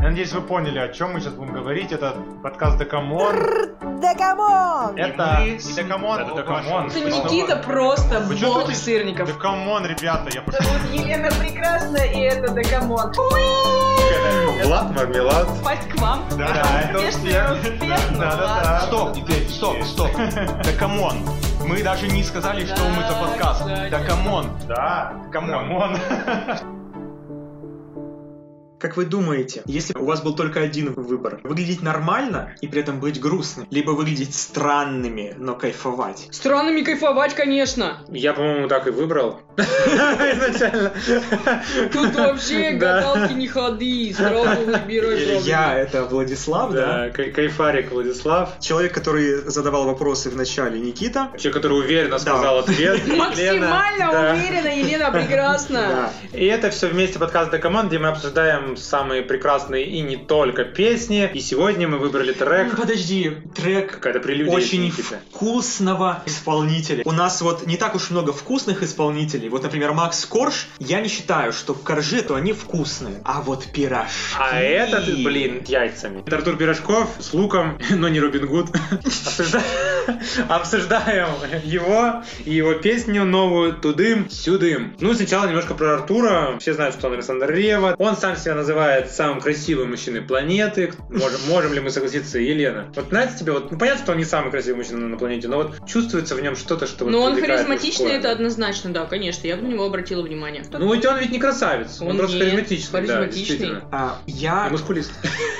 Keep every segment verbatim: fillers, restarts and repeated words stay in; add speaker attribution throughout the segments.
Speaker 1: надеюсь, вы поняли, о чем мы сейчас будем говорить. Это подкаст Декамон.
Speaker 2: Декамон!
Speaker 1: Это не Декамон, это Декамон.
Speaker 3: Это Никита просто бог сырников.
Speaker 1: Декамон, ребята, я пошел.
Speaker 3: Вот Елена Прекрасная, и это Декамон.
Speaker 4: Влад Мармелад.
Speaker 3: Пасть к вам.
Speaker 1: Да, это
Speaker 3: Успешно, успешно.
Speaker 1: Да, да, да.
Speaker 5: Стоп, теперь, стоп, стоп. Да камон. Мы даже не сказали, что мы за подкаст. Да камон.
Speaker 1: Да, камон.
Speaker 6: Как вы думаете, если у вас был только один выбор, выглядеть нормально и при этом быть грустным, либо выглядеть странными, но кайфовать?
Speaker 3: Странными кайфовать, конечно.
Speaker 4: Я, по-моему, так и выбрал. Изначально.
Speaker 3: Тут вообще гадалки не ходи, сразу выбирай.
Speaker 6: Я — это Владислав, да?
Speaker 4: Да, кайфарик Владислав.
Speaker 6: Человек, который задавал вопросы в начале, Никита.
Speaker 4: Человек, который уверенно сказал ответ.
Speaker 3: Максимально уверенно, Елена Прекрасна.
Speaker 6: Да.
Speaker 4: И это все вместе подкаст «Декамон», где мы обсуждаем самые прекрасные и не только песни. И сегодня мы выбрали трек.
Speaker 6: Подожди, трек
Speaker 4: Какая-то прелюдия.
Speaker 6: очень вкусного исполнителя. У нас вот не так уж много вкусных исполнителей. Вот, например, Макс Корж. Я не считаю, что коржи, то они вкусные. А вот пирожки...
Speaker 4: А этот, блин, яйцами. Это Артур Пирожков с луком, но не Робин Гуд. Обсуждаем его и его песню новую «Тудым-сюдым». Ну, сначала немножко про Артура. Все знают, что он Александр Ревва. Он сам себя называет самым красивым мужчиной планеты. Можем, можем ли мы согласиться, Елена? Вот нравится тебе, вот, ну, понятно, что он не самый красивый мужчина на планете, но вот чувствуется в нем что-то, что...
Speaker 3: Но
Speaker 4: вот
Speaker 3: он харизматичный, это однозначно, да, конечно, я бы на него обратила внимание.
Speaker 4: Ну, ведь он ведь не красавец, он, он просто харизматичный,
Speaker 3: харизматичный.
Speaker 4: Да,
Speaker 6: а, я...
Speaker 4: И мускулист.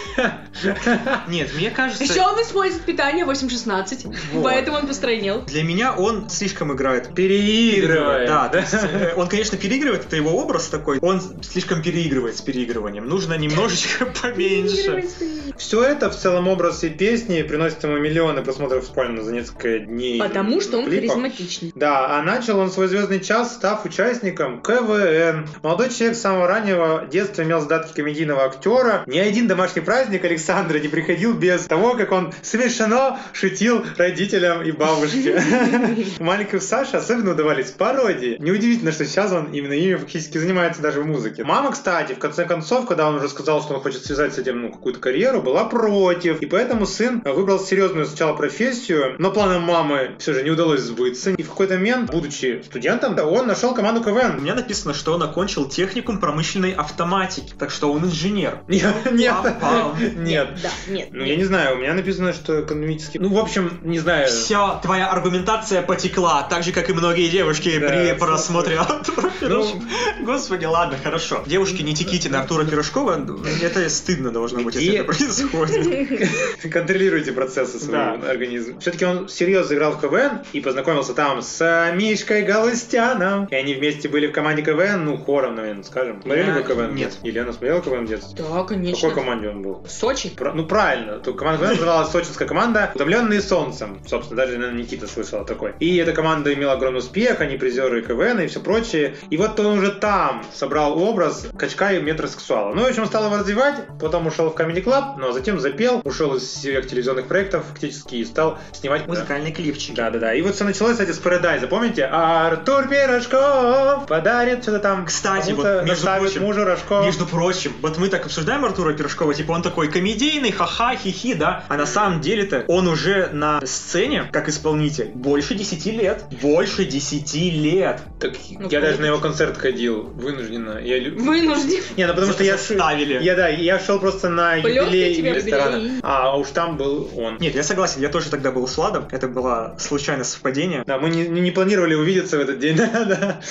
Speaker 6: Нет, мне кажется...
Speaker 3: Еще он использует питание восемь шестнадцать, вот. Поэтому он постройнел.
Speaker 6: Для меня он слишком играет.
Speaker 4: Переигрывает.
Speaker 6: Да, то есть, он, конечно, переигрывает, это его образ такой, он слишком переигрывает с переигрыванием. Нужно немножечко поменьше.
Speaker 4: Все это в целом образ всей песни приносит ему миллионы просмотров буквально за несколько дней.
Speaker 3: Потому что он
Speaker 4: клипа.
Speaker 3: Харизматичный.
Speaker 4: Да, а начал он свой звездный час, став участником КВН. Молодой человек с самого раннего детства имел задатки комедийного актера. Ни один домашний праздник Александра не приходил без того, как он смешно шутил родителям и бабушке. Маленькому Саше особенно удавались пародии. Неудивительно, что сейчас он именно ими фактически занимается даже в музыке. Мама, кстати, в конце концов, когда он уже сказал, что он хочет связать с этим ну, какую-то карьеру, была против. И поэтому сын выбрал серьезную сначала профессию, но планам мамы все же не удалось сбыться. И в какой-то момент, будучи студентом, он нашел команду КВН.
Speaker 6: У меня написано, что он окончил техникум промышленной автоматики, так что он инженер.
Speaker 4: Нет, нет,
Speaker 3: нет. Да, нет.
Speaker 4: Ну, я не знаю, у меня написано, что экономический... Ну, в общем, не знаю.
Speaker 6: Все, твоя аргументация потекла, так же, как и многие девушки
Speaker 4: да,
Speaker 6: при просмотре Артура Пирожкова.
Speaker 4: Ну...
Speaker 6: Господи, ладно, хорошо. Девушки, не теките на Артура Пирожкова, это стыдно должно быть, если это происходит.
Speaker 4: Контролируйте процессы своего организма. Все-таки он серьезно играл в КВН и познакомился там с Мишкой Галустяном. И они вместе были в команде КВН, ну, хором, наверное, скажем. Смотрели вы КВН?
Speaker 6: Нет.
Speaker 4: Елена смотрела КВН в детстве?
Speaker 3: Да, конечно.
Speaker 4: В какой команде он был?
Speaker 3: В Сочи.
Speaker 4: Ну, правильно. Команда КВН называлась сочинская команда «Утомленные солнцем». Собственно, даже, наверное, Никита слышал о такой. И эта команда имела огромный успех, они призеры КВН и все прочее. И вот он уже там собрал образ качка и метросексуала. Ну, в общем, стал его развивать, потом ушел в Comedy Club, но затем запел, ушел из всех телевизионных проектов фактически и стал снимать
Speaker 6: музыкальные клипчики.
Speaker 4: Да-да-да. И вот все началось, кстати, с Paradise. Помните? Артур Пирожков подарит что-то там.
Speaker 6: Кстати, вот, между прочим,
Speaker 4: мужу Рожков.
Speaker 6: Между прочим, вот мы так обсуждаем Артура Пирожкова, типа он такой комедийный, ха-ха, хи-хи, да? А на самом деле-то он уже на сцене, как исполнитель, больше десяти лет. Больше десяти лет.
Speaker 4: Так
Speaker 3: ну,
Speaker 4: я даже на его концерт ходил, вынужденно. Я...
Speaker 3: Вынужден?
Speaker 4: Не, ну потому что я...
Speaker 6: ставили.
Speaker 4: Я, да, я шел просто на юбилей ресторана. А, а уж там был он.
Speaker 6: Нет, я согласен, я тоже тогда был с Владом, это было случайное совпадение.
Speaker 4: Да, мы не, не планировали увидеться в этот день, да, да.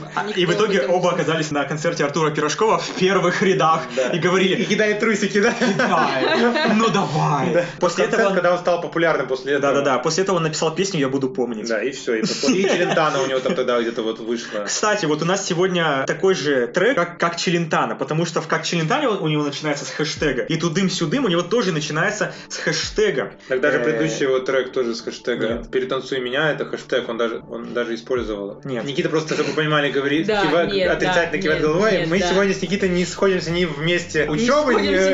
Speaker 6: И в итоге оба оказались на концерте Артура Пирожкова в первых рядах и говорили...
Speaker 4: И кидали трусики, да?
Speaker 6: Кидай, ну давай.
Speaker 4: После этого, когда он стал популярным после этого.
Speaker 6: Да-да-да, после этого он написал песню «Я буду помнить».
Speaker 4: Да, и все. И Челентано у него там тогда где-то вот вышло.
Speaker 6: Кстати, вот у нас сегодня такой же трек, как, как Челентано, потому что в «Как Челентано» у него начинается с хэштега, и «Тудым-сюдым» у него тоже начинается с хэштега.
Speaker 4: Так даже предыдущий его трек тоже с хэштега. «Перетанцуй меня» — это хэштег, он даже, он даже использовал.
Speaker 6: Нет.
Speaker 4: Никита просто, чтобы вы понимали, говорит,
Speaker 3: да,
Speaker 4: кива,
Speaker 3: нет,
Speaker 4: отрицательно
Speaker 3: да,
Speaker 4: кивает
Speaker 3: нет,
Speaker 4: головой.
Speaker 3: нет,
Speaker 4: Мы
Speaker 3: да.
Speaker 4: сегодня с Никитой не сходимся ни вместе учебы,
Speaker 3: не,
Speaker 4: ни,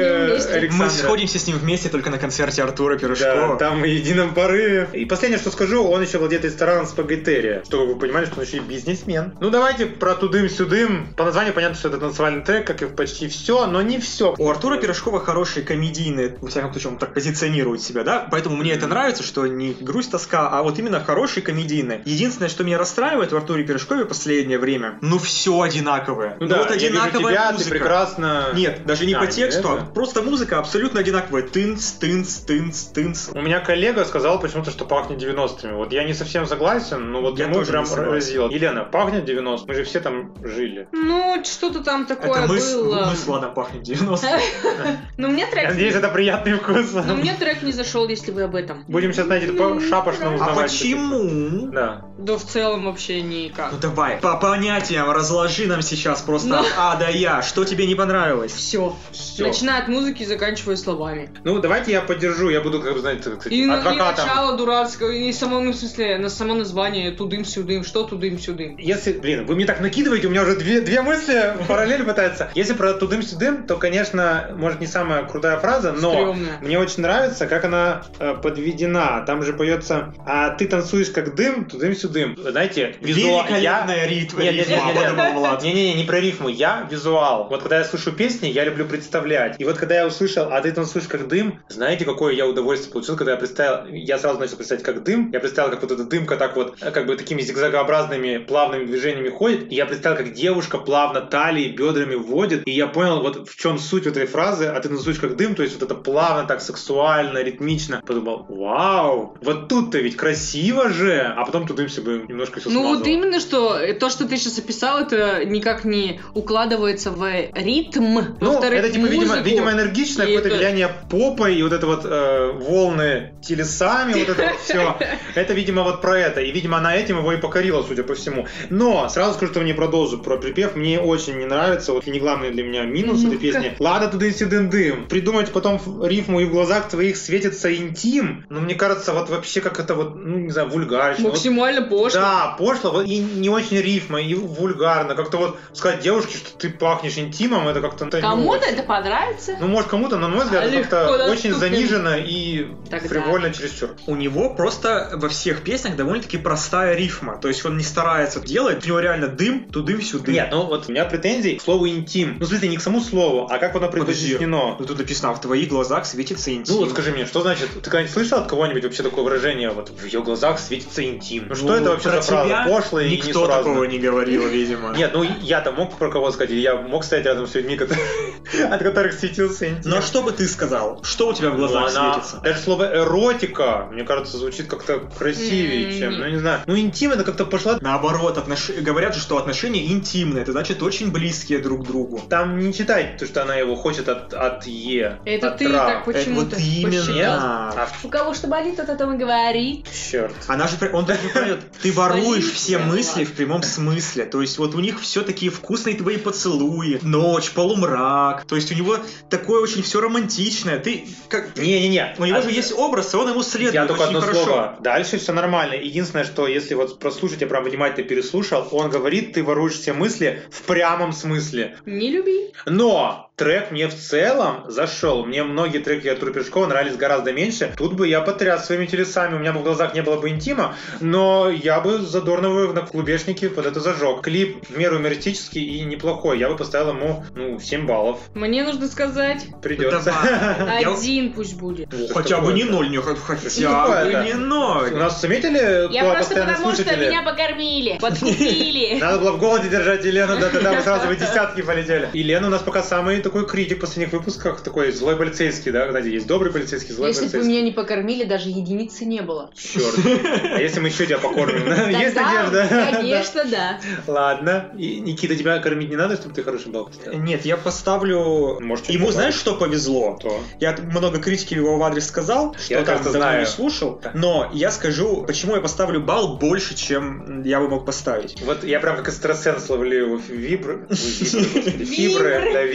Speaker 3: вместе.
Speaker 6: Мы сходимся с ним вместе только на концерте Артура
Speaker 4: Да,
Speaker 6: Пирожкова.
Speaker 4: там мы в едином порыве. И последнее, что скажу, он еще владеет рестораном Спагеттерия, чтобы вы понимали, что он еще и бизнесмен. Ну, давайте про тудым-сюдым. По названию понятно, что это танцевальный трек, как и почти все, но не все.
Speaker 6: У Артура Пирожкова хорошие комедийные, во всяком случае, он так позиционирует себя, да? Поэтому мне это нравится, что не грусть, тоска, а вот именно хорошие комедийные. Единственное, что меня расстраивает в Артуре Пирожкове в последнее время, ну все одинаковое.
Speaker 4: Ну да,
Speaker 6: вот
Speaker 4: я вижу
Speaker 6: одинаковая
Speaker 4: тебя,
Speaker 6: музыка.
Speaker 4: ты прекрасно...
Speaker 6: Нет, даже не
Speaker 4: А,
Speaker 6: по
Speaker 4: не
Speaker 6: тексту,
Speaker 4: это?
Speaker 6: а просто музыка абсолютно одинаковая. Тынц, тынц, тынц, тынц.
Speaker 4: У меня коллега сказал почему-то, что пахнет девяностыми. Вот я не совсем согласен, но вот
Speaker 6: Я
Speaker 4: ему
Speaker 6: тоже
Speaker 4: прям
Speaker 6: не согласен.
Speaker 4: разило. Елена, пахнет девяностыми? Мы же все там жили.
Speaker 3: Ну, что-то там такое
Speaker 6: Это мы, с-
Speaker 3: было.
Speaker 6: мы с Владом пахнет девяностые.
Speaker 3: Но мне
Speaker 4: Я
Speaker 3: трек...
Speaker 4: надеюсь, это приятный вкус.
Speaker 3: Но мне трек не зашел, если вы об этом.
Speaker 4: Будем сейчас, знаете, по шапошно
Speaker 6: А
Speaker 4: узнавать.
Speaker 6: почему?
Speaker 4: Да.
Speaker 3: Да в целом вообще никак.
Speaker 6: Ну давай, по понятиям разложи нам сейчас просто
Speaker 3: Ну.
Speaker 6: от А до Я. Что тебе не понравилось?
Speaker 3: Все.
Speaker 4: Всё.
Speaker 3: Начиная от музыки и заканчивая словами.
Speaker 4: Ну, давайте я поддержу, я буду, как бы, знаете, кстати,
Speaker 3: И, на- и
Speaker 4: адвокатом.
Speaker 3: начало дурацкое, и само, ну, в смысле, на само название тудым-сюдым, что тудым-сюдым.
Speaker 4: Если, блин, вы мне так накидываете, у меня уже две, две мысли в параллель пытаются. Если про тудым-сюдым, то, конечно, может, не самая крутая фраза, но
Speaker 3: Стрёмная.
Speaker 4: мне очень нравится, как она э, подведена. Там же поется: а ты танцуешь как дым, тудым-сюдым. Знаете, визуал...
Speaker 6: Великолепная ритма,
Speaker 4: Нет, нет, нет,
Speaker 6: рифма,
Speaker 4: нет, нет.
Speaker 6: подумал Влад.
Speaker 4: Не-не-не, не про рифму, я визуал. Вот когда я слышу песни, я люблю представлять. И вот когда я услышал: а ты танцуешь как дым, знаете, какое я удовольствие получил, когда я представил, я сразу начал представлять как дым, я представил, как вот эта дымка так вот, как бы такими зигзагообразными плавными движениями ходит, и я представил, как девушка плавно талией, бедрами вводит, и я понял, вот в чем суть этой фразы: а ты танцуешь как дым, то есть вот это плавно, так сексуально, ритмично. Подумал: вау, вот тут-то ведь красиво же, а потом тудым-сюдым немножко все
Speaker 3: Ну
Speaker 4: смазало.
Speaker 3: вот именно, что э, то, что ты сейчас описал, это никак не укладывается в ритм.
Speaker 4: Ну,
Speaker 3: Во-вторых,
Speaker 4: это типа, видимо,
Speaker 3: музыку.
Speaker 4: видимо, энергичное
Speaker 3: И
Speaker 4: какое-то
Speaker 3: это-
Speaker 4: виляние попой, и вот это вот э, волны телесами, вот это вот все. Это, видимо, вот про это. И, видимо, она этим его и покорила, судя по всему. Но сразу скажу, что не продолжу про припев. Мне очень не нравится, вот не главный для меня минус этой
Speaker 3: Ну-ка.
Speaker 4: песни. Ладно, туда дым дым. Придумать потом рифму, и в глазах твоих светится интим. Но мне кажется, вот вообще как это вот, ну, не знаю, вульгарично. Вот
Speaker 3: Максимально пошло.
Speaker 4: да, пошло, вот, и не очень рифма, и вульгарно. Как-то вот сказать девушке, что ты пахнешь интимом, это как-то... не
Speaker 2: Кому-то
Speaker 4: очень.
Speaker 2: это понравится.
Speaker 4: Ну, может, кому-то, но, на мой взгляд,
Speaker 3: А
Speaker 4: это
Speaker 3: легко
Speaker 4: как-то
Speaker 3: доступен.
Speaker 4: очень занижено и
Speaker 3: Тогда.
Speaker 4: фривольно чересчур.
Speaker 6: У него просто во всех песнях довольно-таки простая рифма. То есть он не старается делать, у него реально дым, тудым-сюдым.
Speaker 4: Нет, ну вот у меня претензии к слову интим. Ну, в смысле, не к самому слову, а как оно
Speaker 6: Подожди.
Speaker 4: предпочтено.
Speaker 6: Ну тут написано: в твоих глазах светится интим.
Speaker 4: Ну вот скажи мне, что значит, ты когда-нибудь слышал от кого-нибудь вообще такое выражение, вот в ее глазах светится интим? Ну что это вообще
Speaker 6: про
Speaker 4: за фраза?
Speaker 6: тебя
Speaker 4: Пошлая и
Speaker 6: никто
Speaker 4: несуразная.
Speaker 6: такого не говорил, видимо.
Speaker 4: Нет, ну я-то мог про кого сказать, или я мог стоять рядом с людьми, которые- от которых светился интим.
Speaker 6: Но что бы ты сказал? Что у тебя в глазах
Speaker 4: Ну, она-
Speaker 6: светится?
Speaker 4: Даже слово эротика, мне кажется, звучит как-то красивее,
Speaker 3: М,
Speaker 4: чем,
Speaker 3: нет.
Speaker 4: ну не знаю. Ну интим это как-то пошло.
Speaker 6: Наоборот, отнош... говорят же, что отношения интимные, это значит очень близкие друг к другу.
Speaker 4: Там не читать то, что она его хочет от, от Е.
Speaker 3: Это
Speaker 4: от
Speaker 3: ты
Speaker 4: Ра.
Speaker 3: так почему-то
Speaker 6: вот именно.
Speaker 3: посчитал.
Speaker 4: А,
Speaker 2: У кого что болит, тот о том и говорит.
Speaker 4: черт.
Speaker 6: Она же, при- он даже поет, ты воруешь все
Speaker 3: Полиция.
Speaker 6: мысли в прямом смысле. То есть вот у них все такие вкусные твои поцелуи, ночь, полумрак. То есть у него такое очень все романтичное. Ты как...
Speaker 4: Не-не-не.
Speaker 6: У него
Speaker 4: А-
Speaker 6: же есть образ, и он ему следует
Speaker 4: Я только
Speaker 6: очень
Speaker 4: одно
Speaker 6: хорошо.
Speaker 4: слово. Дальше все нормально. Единственное, что если вот прослушать, я прям внимательно переслушал, он говорит: ты воруешь все мысли в прямом смысле.
Speaker 3: Не люби.
Speaker 4: Но трек мне в целом зашел. Мне многие треки Артура Пирожкова нравились гораздо меньше. Тут бы я потряс своими телесами, у меня бы в глазах не было бы интима, но я бы Задорнову на клубешнике под это зажег. Клип в меру юмористический и неплохой. Я бы поставил ему, ну, семь баллов.
Speaker 3: Мне нужно сказать,
Speaker 4: Придется.
Speaker 6: Давай. Я-
Speaker 3: один пусть будет.
Speaker 6: Ну, хотя бы не ноль, не хотя
Speaker 4: такое
Speaker 6: бы
Speaker 4: это?
Speaker 6: не
Speaker 4: У
Speaker 6: ноль.
Speaker 4: нас заметили,
Speaker 2: Я
Speaker 4: кто
Speaker 2: просто
Speaker 4: постоянные
Speaker 2: потому, что
Speaker 4: слушатели?
Speaker 2: меня покормили, подкупили.
Speaker 4: Надо было в голоде держать Елену, да тогда бы сразу бы десятки полетели. И Лена у нас пока самый такой критик в последних выпусках, такой злой полицейский, да, кстати, есть добрый полицейский, злой
Speaker 2: Если бы
Speaker 4: полицейский.
Speaker 2: меня не покормили, даже единицы не было.
Speaker 4: Черт. А если мы еще тебя покормим? Есть
Speaker 2: Тогда,
Speaker 4: надежда?
Speaker 2: Конечно, да.
Speaker 4: Ладно. И, Никита, тебя кормить не надо, чтобы ты хороший балл поставил?
Speaker 6: Нет, я поставлю...
Speaker 4: Может, чуть
Speaker 6: Ему
Speaker 4: попал.
Speaker 6: знаешь, что повезло?
Speaker 4: То.
Speaker 6: Я т- много критики в его адрес сказал, что
Speaker 4: Я,
Speaker 6: там
Speaker 4: кажется,
Speaker 6: давно
Speaker 4: знаю.
Speaker 6: не слушал,
Speaker 4: Да.
Speaker 6: но я скажу, почему я поставлю балл больше, чем я бы мог поставить.
Speaker 4: Вот я прям как экстрасенс ловлю вибры, фибры, да, вибры,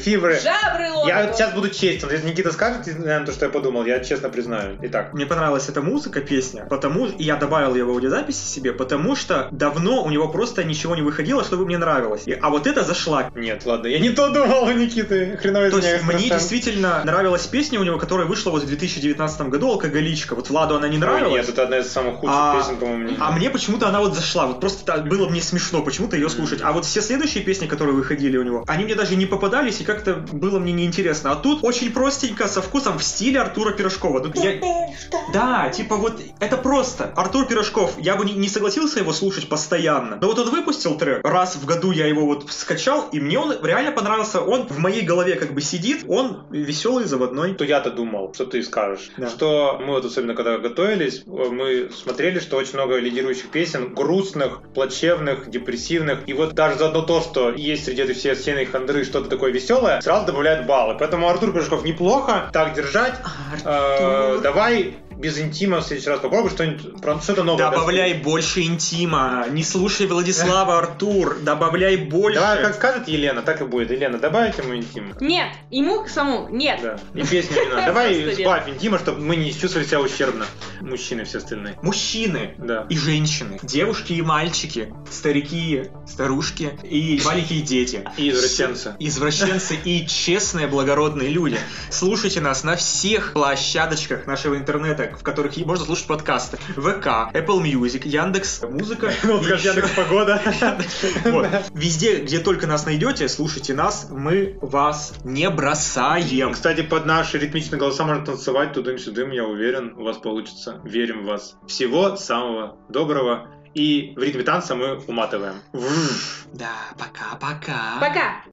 Speaker 4: фибры.
Speaker 2: Жабры лодку.
Speaker 4: Я вот сейчас буду честен. Если Никита скажет, наверное, то, что я подумал, я честно признаю. Итак.
Speaker 6: Мне понравилась эта музыка, песня, потому и я добавил ее в аудиозаписи себе, потому что давно у него просто ничего не выходило, чтобы мне нравилось. И- а вот это зашла.
Speaker 4: Нет, ладно, я не то думал у Никиты. Хреновый
Speaker 6: То есть
Speaker 4: извиняюсь,
Speaker 6: мне
Speaker 4: Рустам.
Speaker 6: действительно нравилась песня у него, которая вышла вот в две тысячи девятнадцатом году, «Алкоголичка». Вот Владу она не
Speaker 4: Ой,
Speaker 6: нравилась.
Speaker 4: нет, это одна из самых худших
Speaker 6: А-
Speaker 4: песен, по-моему.
Speaker 6: А мне почему-то она вот зашла, вот просто так было мне смешно почему-то ее слушать. А вот все следующие песни, которые выходили у него, они мне даже не попадались, и как-то было мне неинтересно. А тут очень простенько, со вкусом, в стиле Артура Пирожкова. Тут я- Да, типа вот, это просто. Артур Пирожков, я бы не, не согласился его слушать постоянно. Но вот он выпустил трек, раз в году я его вот скачал, и мне он реально понравился. Он в моей голове как бы сидит, он веселый, заводной.
Speaker 4: То я-то думал, что ты скажешь.
Speaker 6: Да.
Speaker 4: Что мы вот особенно когда готовились, мы смотрели, что очень много лидирующих песен, грустных, плачевных, депрессивных. И вот даже заодно то, что есть среди этой всей сцены хандры что-то такое веселое, сразу добавляет баллы. Поэтому Артур Пирожков неплохо, так держать. Э, давай без интима в следующий раз попробуй что-нибудь, про- что-то новое.
Speaker 6: Добавляй больше интима. Не слушай Владислава, Артур. Добавляй больше.
Speaker 4: Давай, как скажет Елена, так и будет. Елена, добавить ему интима.
Speaker 2: Нет, ему саму, нет.
Speaker 4: Да. И песню не надо. Давай
Speaker 2: Просто
Speaker 4: сбавь интима, чтобы мы не чувствовали себя ущербно. Мужчины все остальные.
Speaker 6: Мужчины
Speaker 4: Да.
Speaker 6: и женщины, девушки и мальчики, старики, старушки и маленькие дети.
Speaker 4: И извращенцы.
Speaker 6: Извращенцы и честные, благородные люди. Слушайте нас на всех площадочках нашего интернета, в которых и можно слушать подкасты. ВК, Apple Music, Яндекс Музыка.
Speaker 4: Ну, скажи, Яндекс Погода.
Speaker 6: Вот. Везде, где только нас найдете, слушайте нас, мы вас не бросаем.
Speaker 4: Кстати, под наши ритмичные голоса можно танцевать тудым-сюдым, я уверен, у вас получится. Верим в вас. Всего самого доброго. И в ритме танца мы уматываем.
Speaker 6: Да, пока-пока.
Speaker 2: Пока.